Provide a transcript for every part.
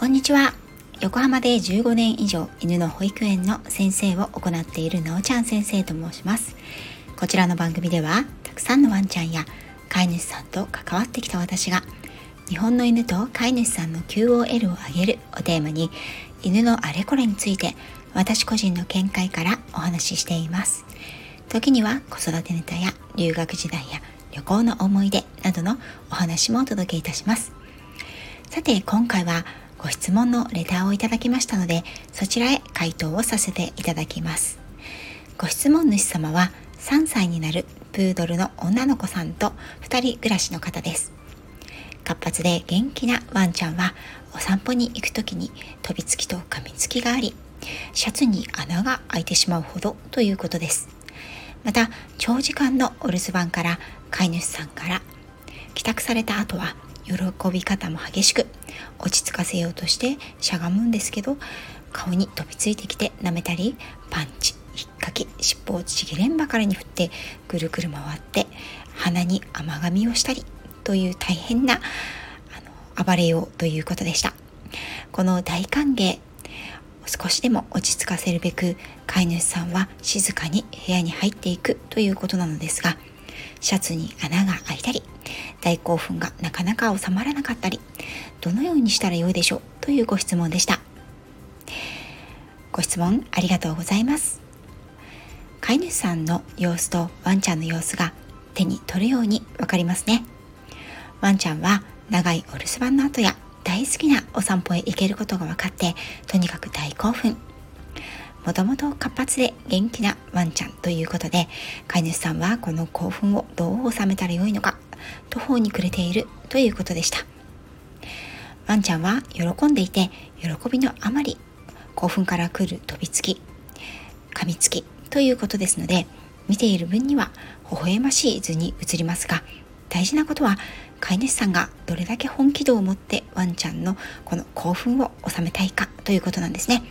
んにちは。横浜で15年以上犬の保育園の先生を行っているのーちゃん先生と申します。こちらの番組ではたくさんのワンちゃんや飼い主さんと関わってきた私が日本の犬と飼い主さんの QOL を上げるをテーマに犬のあれこれについて私個人の見解からお話ししています。時には子育てネタや留学時代や旅行の思い出などのお話もお届けいたします。さて今回はご質問のレターをいただきましたので、そちらへ回答をさせていただきます。ご質問主様は3歳になるプードルの女の子さんと2人暮らしの方です。活発で元気なワンちゃんはお散歩に行くときに飛びつきと噛みつきがあり、シャツに穴が開いてしまうほどということです。また長時間のお留守番から飼い主さんから帰宅された後は喜び方も激しく、落ち着かせようとしてしゃがむんですけど、顔に飛びついてきて舐めたり、パンチ、引っかき、尻尾をちぎれんばかりに振ってぐるぐる回って鼻に甘噛みをしたりという大変な暴れようということでした。この大歓迎、少しでも落ち着かせるべく飼い主さんは静かに部屋に入っていくということなのですが、シャツに穴が開いたり、大興奮がなかなか収まらなかったり、どのようにしたらよいでしょうというご質問でした。ご質問ありがとうございます。飼い主さんの様子とワンちゃんの様子が手に取るようにわかりますね。ワンちゃんは長いお留守番の後や大好きなお散歩へ行けることが分かって、とにかく大興奮。もともと活発で元気なワンちゃんということで、飼い主さんはこの興奮をどう収めたらよいのか途方に暮れているということでした。ワンちゃんは喜んでいて、喜びのあまり興奮から来る飛びつき、噛みつきということですので、見ている分には微笑ましい図に映りますが、大事なことは飼い主さんがどれだけ本気度を持ってワンちゃんのこの興奮を収めたいかということなんですね。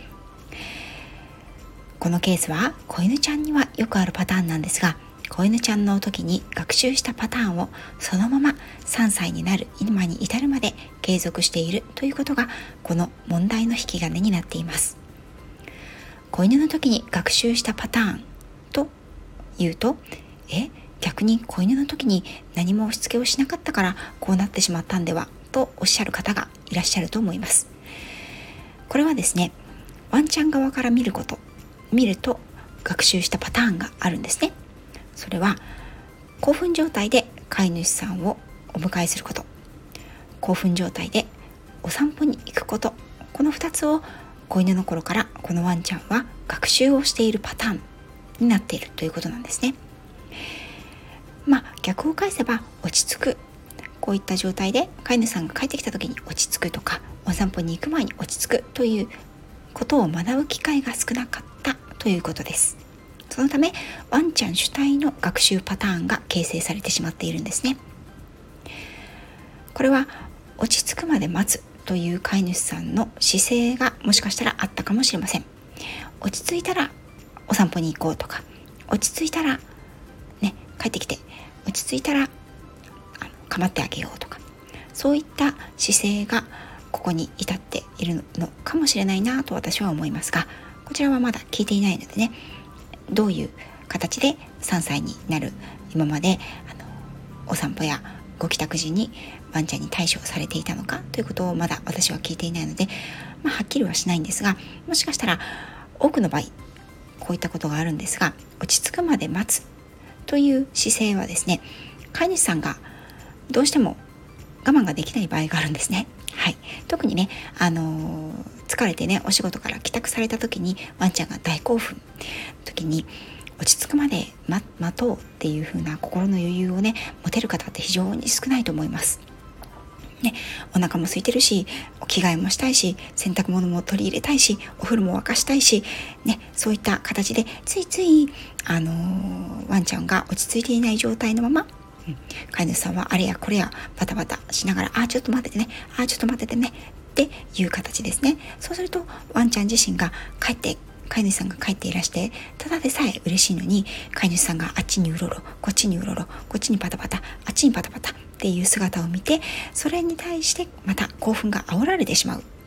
このケースは子犬ちゃんにはよくあるパターンなんですが、子犬ちゃんの時に学習したパターンをそのまま3歳になる今に至るまで継続しているということがこの問題の引き金になっています。子犬の時に学習したパターンというと、逆に子犬の時に何も押し付けをしなかったからこうなってしまったんではとおっしゃる方がいらっしゃると思います。これはですね、ワンちゃん側から見ると学習したパターンがあるんですね。それは興奮状態で飼い主さんをお迎えすること、興奮状態でお散歩に行くこと、この2つを子犬の頃からこのワンちゃんは学習をしているパターンになっているということなんですね。逆を返せば落ち着く、こういった状態で飼い主さんが帰ってきた時に落ち着くとか、お散歩に行く前に落ち着くということを学ぶ機会が少なかったということです。そのためワンちゃん主体の学習パターンが形成されてしまっているんですね。これは落ち着くまで待つという飼い主さんの姿勢がもしかしたらあったかもしれません。落ち着いたらお散歩に行こうとか、落ち着いたら帰ってきて落ち着いたら構ってあげようとか、そういった姿勢がここに至っているのかもしれないなと私は思いますが、こちらはまだ聞いていないのでね、どういう形で3歳になる今までお散歩やご帰宅時にワンちゃんに対処されていたのかということをまだ私は聞いていないので、はっきりはしないんですが、もしかしたら多くの場合こういったことがあるんですが、落ち着くまで待つという姿勢はですね、飼い主さんがどうしても我慢ができない場合があるんですね。特にね、疲れてねお仕事から帰宅された時にワンちゃんが大興奮時に落ち着くまで待とうっていう風な心の余裕をね持てる方って非常に少ないと思いますお腹も空いてるし、お着替えもしたいし、洗濯物も取り入れたいし、お風呂も沸かしたいし、そういった形でついつい、ワンちゃんが落ち着いていない状態のまま、飼い主さんはあれやこれやバタバタしながら、ちょっと待っててね、っていう形ですね。そうするとワンちゃん自身が飼い主さんが帰っていらして、ただでさえ嬉しいのに、飼い主さんがあっちにうろろ、こっちにうろろ、こっちにパタパタ、あっちにパタパタっていう姿を見て、それに対してまた興奮が煽られてしまう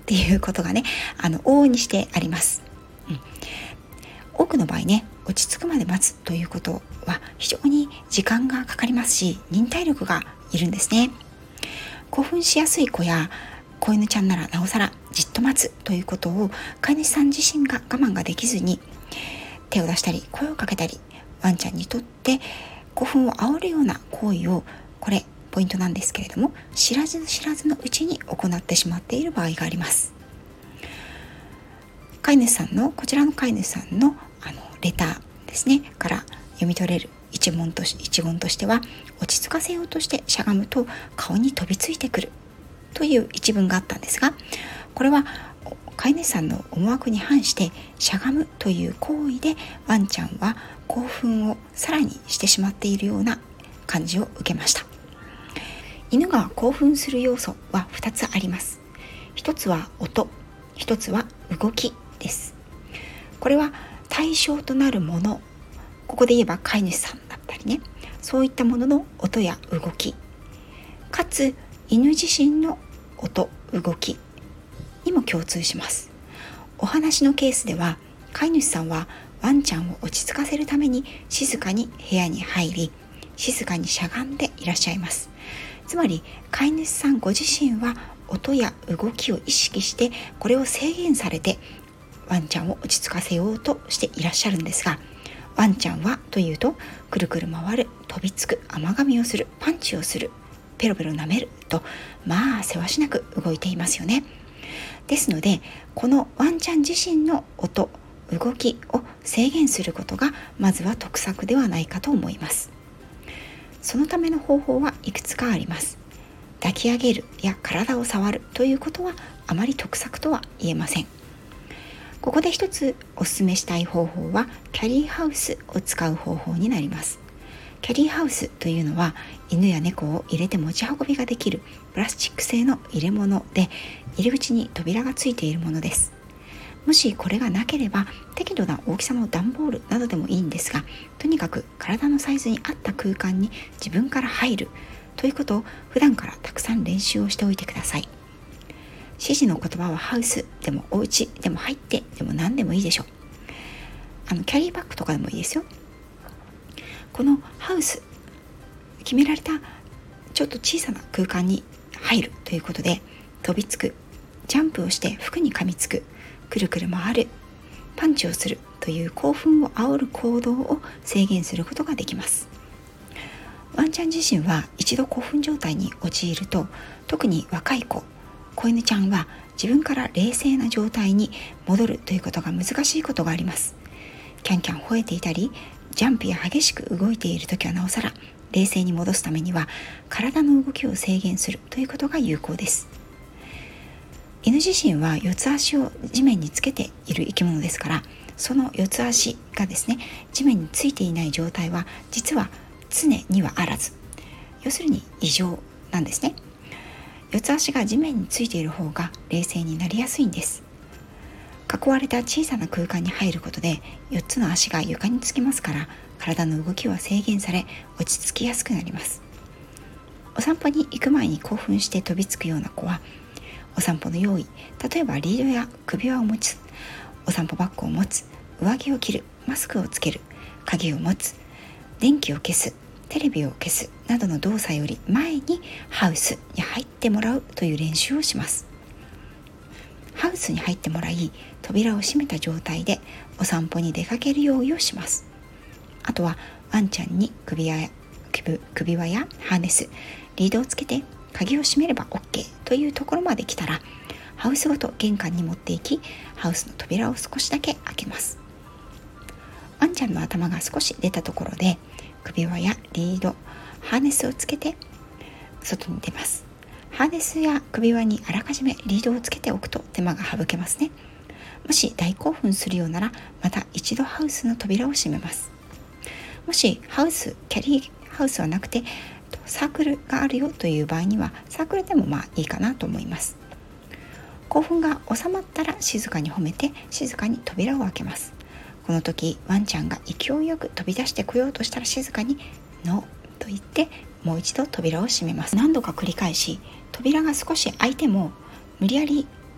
っていうことがね、往々にしてあります。多くの場合ね、落ち着くまで待つということは非常に時間がかかりますし、忍耐力がいるんですね。興奮しやすい子や子犬ちゃんならなおさらじっと待つということを飼い主さん自身が我慢ができずに手を出したり声をかけたり、ワンちゃんにとって興奮を煽るような行為を、これポイントなんですけれども、知らず知らずのうちに行ってしまっている場合があります。こちらの飼い主さんのレターですねから読み取れる一言としては、落ち着かせようとしてしゃがむと顔に飛びついてくるという一文があったんですが、これは飼い主さんの思惑に反してしゃがむという行為でワンちゃんは興奮をさらにしてしまっているような感じを受けました。犬が興奮する要素は2つあります。1つは音、1つは動きです。これは対象となるもの、ここで言えば飼い主さんだったりね、そういったものの音や動き、かつ犬自身の音、動きにも共通します。お話のケースでは、飼い主さんはワンちゃんを落ち着かせるために静かに部屋に入り、静かにしゃがんでいらっしゃいます。つまり飼い主さんご自身は音や動きを意識してこれを制限されてワンちゃんを落ち着かせようとしていらっしゃるんですが、ワンちゃんはというと、くるくる回る、飛びつく、甘噛みをする、パンチをする、ペロペロ舐めると、まあせわしなく動いていますよね。ですので、このワンちゃん自身の音、動きを制限することがまずは得策ではないかと思います。そのための方法はいくつかあります。抱き上げるや体を触るということはあまり得策とは言えません。ここで一つお勧めしたい方法はキャリーハウスを使う方法になります。キャリーハウスというのは犬や猫を入れて持ち運びができるプラスチック製の入れ物で、入り口に扉がついているものです。もしこれがなければ適度な大きさの段ボールなどでもいいんですが、とにかく体のサイズに合った空間に自分から入るということを普段からたくさん練習をしておいてください。指示の言葉はハウスでもお家でも入ってでも何でもいいでしょう。キャリーバッグとかでもいいですよ。このハウス、決められたちょっと小さな空間に入るということで、飛びつく、ジャンプをして服に噛みつく、くるくる回る、パンチをするという興奮を煽る行動を制限することができます。ワンちゃん自身は一度興奮状態に陥ると、特に若い子犬ちゃんは自分から冷静な状態に戻るということが難しいことがあります。キャンキャン吠えていたり、ジャンプや激しく動いているときはなおさら冷静に戻すためには体の動きを制限するということが有効です。犬自身は四つ足を地面につけている生き物ですから、その四つ足がですね、地面についていない状態は実は常にはあらず、要するに異常なんですね。四つ足が地面についている方が冷静になりやすいんです。囲われた小さな空間に入ることで4つの足が床につきますから、体の動きは制限され落ち着きやすくなります。お散歩に行く前に興奮して飛びつくような子は、お散歩の用意、例えばリードや首輪を持つ、お散歩バッグを持つ、上着を着る、マスクをつける、鍵を持つ、電気を消す、テレビを消すなどの動作より前にハウスに入ってもらうという練習をします。ハウスに入ってもらい、扉を閉めた状態でお散歩に出かける用意をします。あとはワンちゃんに首輪やハーネス、リードをつけて鍵を閉めれば OK というところまで来たら、ハウスごと玄関に持っていき、ハウスの扉を少しだけ開けます。ワンちゃんの頭が少し出たところで、首輪やリード、ハーネスをつけて外に出ます。ハーネスや首輪にあらかじめリードをつけておくと手間が省けますね。もし大興奮するようなら、また一度ハウスの扉を閉めます。もしキャリーハウスはなくてサークルがあるよという場合には、サークルでもいいかなと思います。興奮が収まったら静かに褒めて、静かに扉を開けます。この時ワンちゃんが勢いよく飛び出してこようとしたら、静かにノーと言ってもう一度扉を閉めます。何度か繰り返し、扉が少し開いても無理やり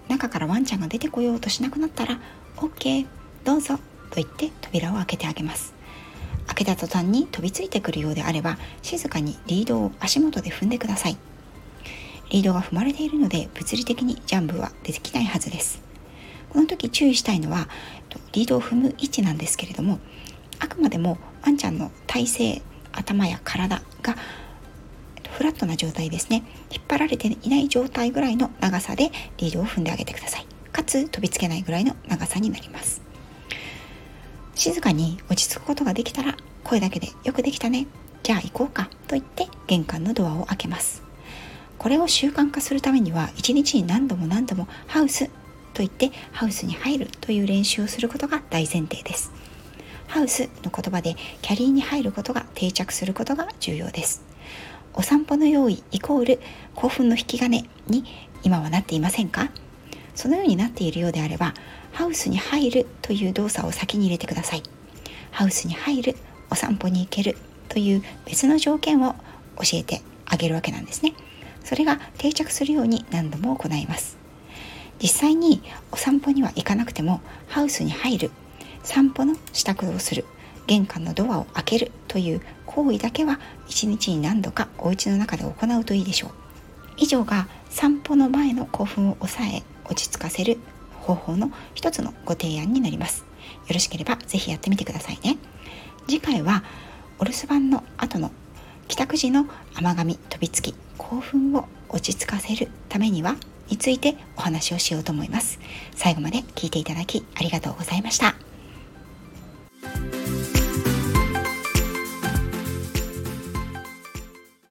中からワンちゃんが出てこようとしなくなったら OK どうぞと言って扉を開けてあげます。開けた途端に飛びついてくるようであれば、静かにリードを足元で踏んでください。リードが踏まれているので物理的にジャンプはできないはずです。この時注意したいのはリードを踏む位置なんですけれども、あくまでもワンちゃんの体勢、頭や体がフラットな状態ですね。引っ張られていない状態ぐらいの長さでリードを踏んであげてください。かつ飛びつけないぐらいの長さになります。静かに落ち着くことができたら、声だけでよくできたね、じゃあ行こうかと言って玄関のドアを開けます。これを習慣化するためには、1日に何度もハウスと言ってハウスに入るという練習をすることが大前提です。ハウスの言葉でキャリーに入ることが定着することが重要です。お散歩の用意イコール興奮の引き金に今はなっていませんか？そのようになっているようであれば、ハウスに入るという動作を先に入れてください。ハウスに入る、お散歩に行けるという別の条件を教えてあげるわけなんですね。それが定着するように何度も行います。実際にお散歩には行かなくても、ハウスに入る、散歩の支度をする、玄関のドアを開けるという行為だけは1日に何度かお家の中で行うといいでしょう。以上が散歩の前の興奮を抑え落ち着かせる方法の一つのご提案になります。よろしければぜひやってみてくださいね。次回はお留守番の後の帰宅時の甘噛み、飛びつき、興奮を落ち着かせるためにはについてお話をしようと思います。最後まで聞いていただきありがとうございました。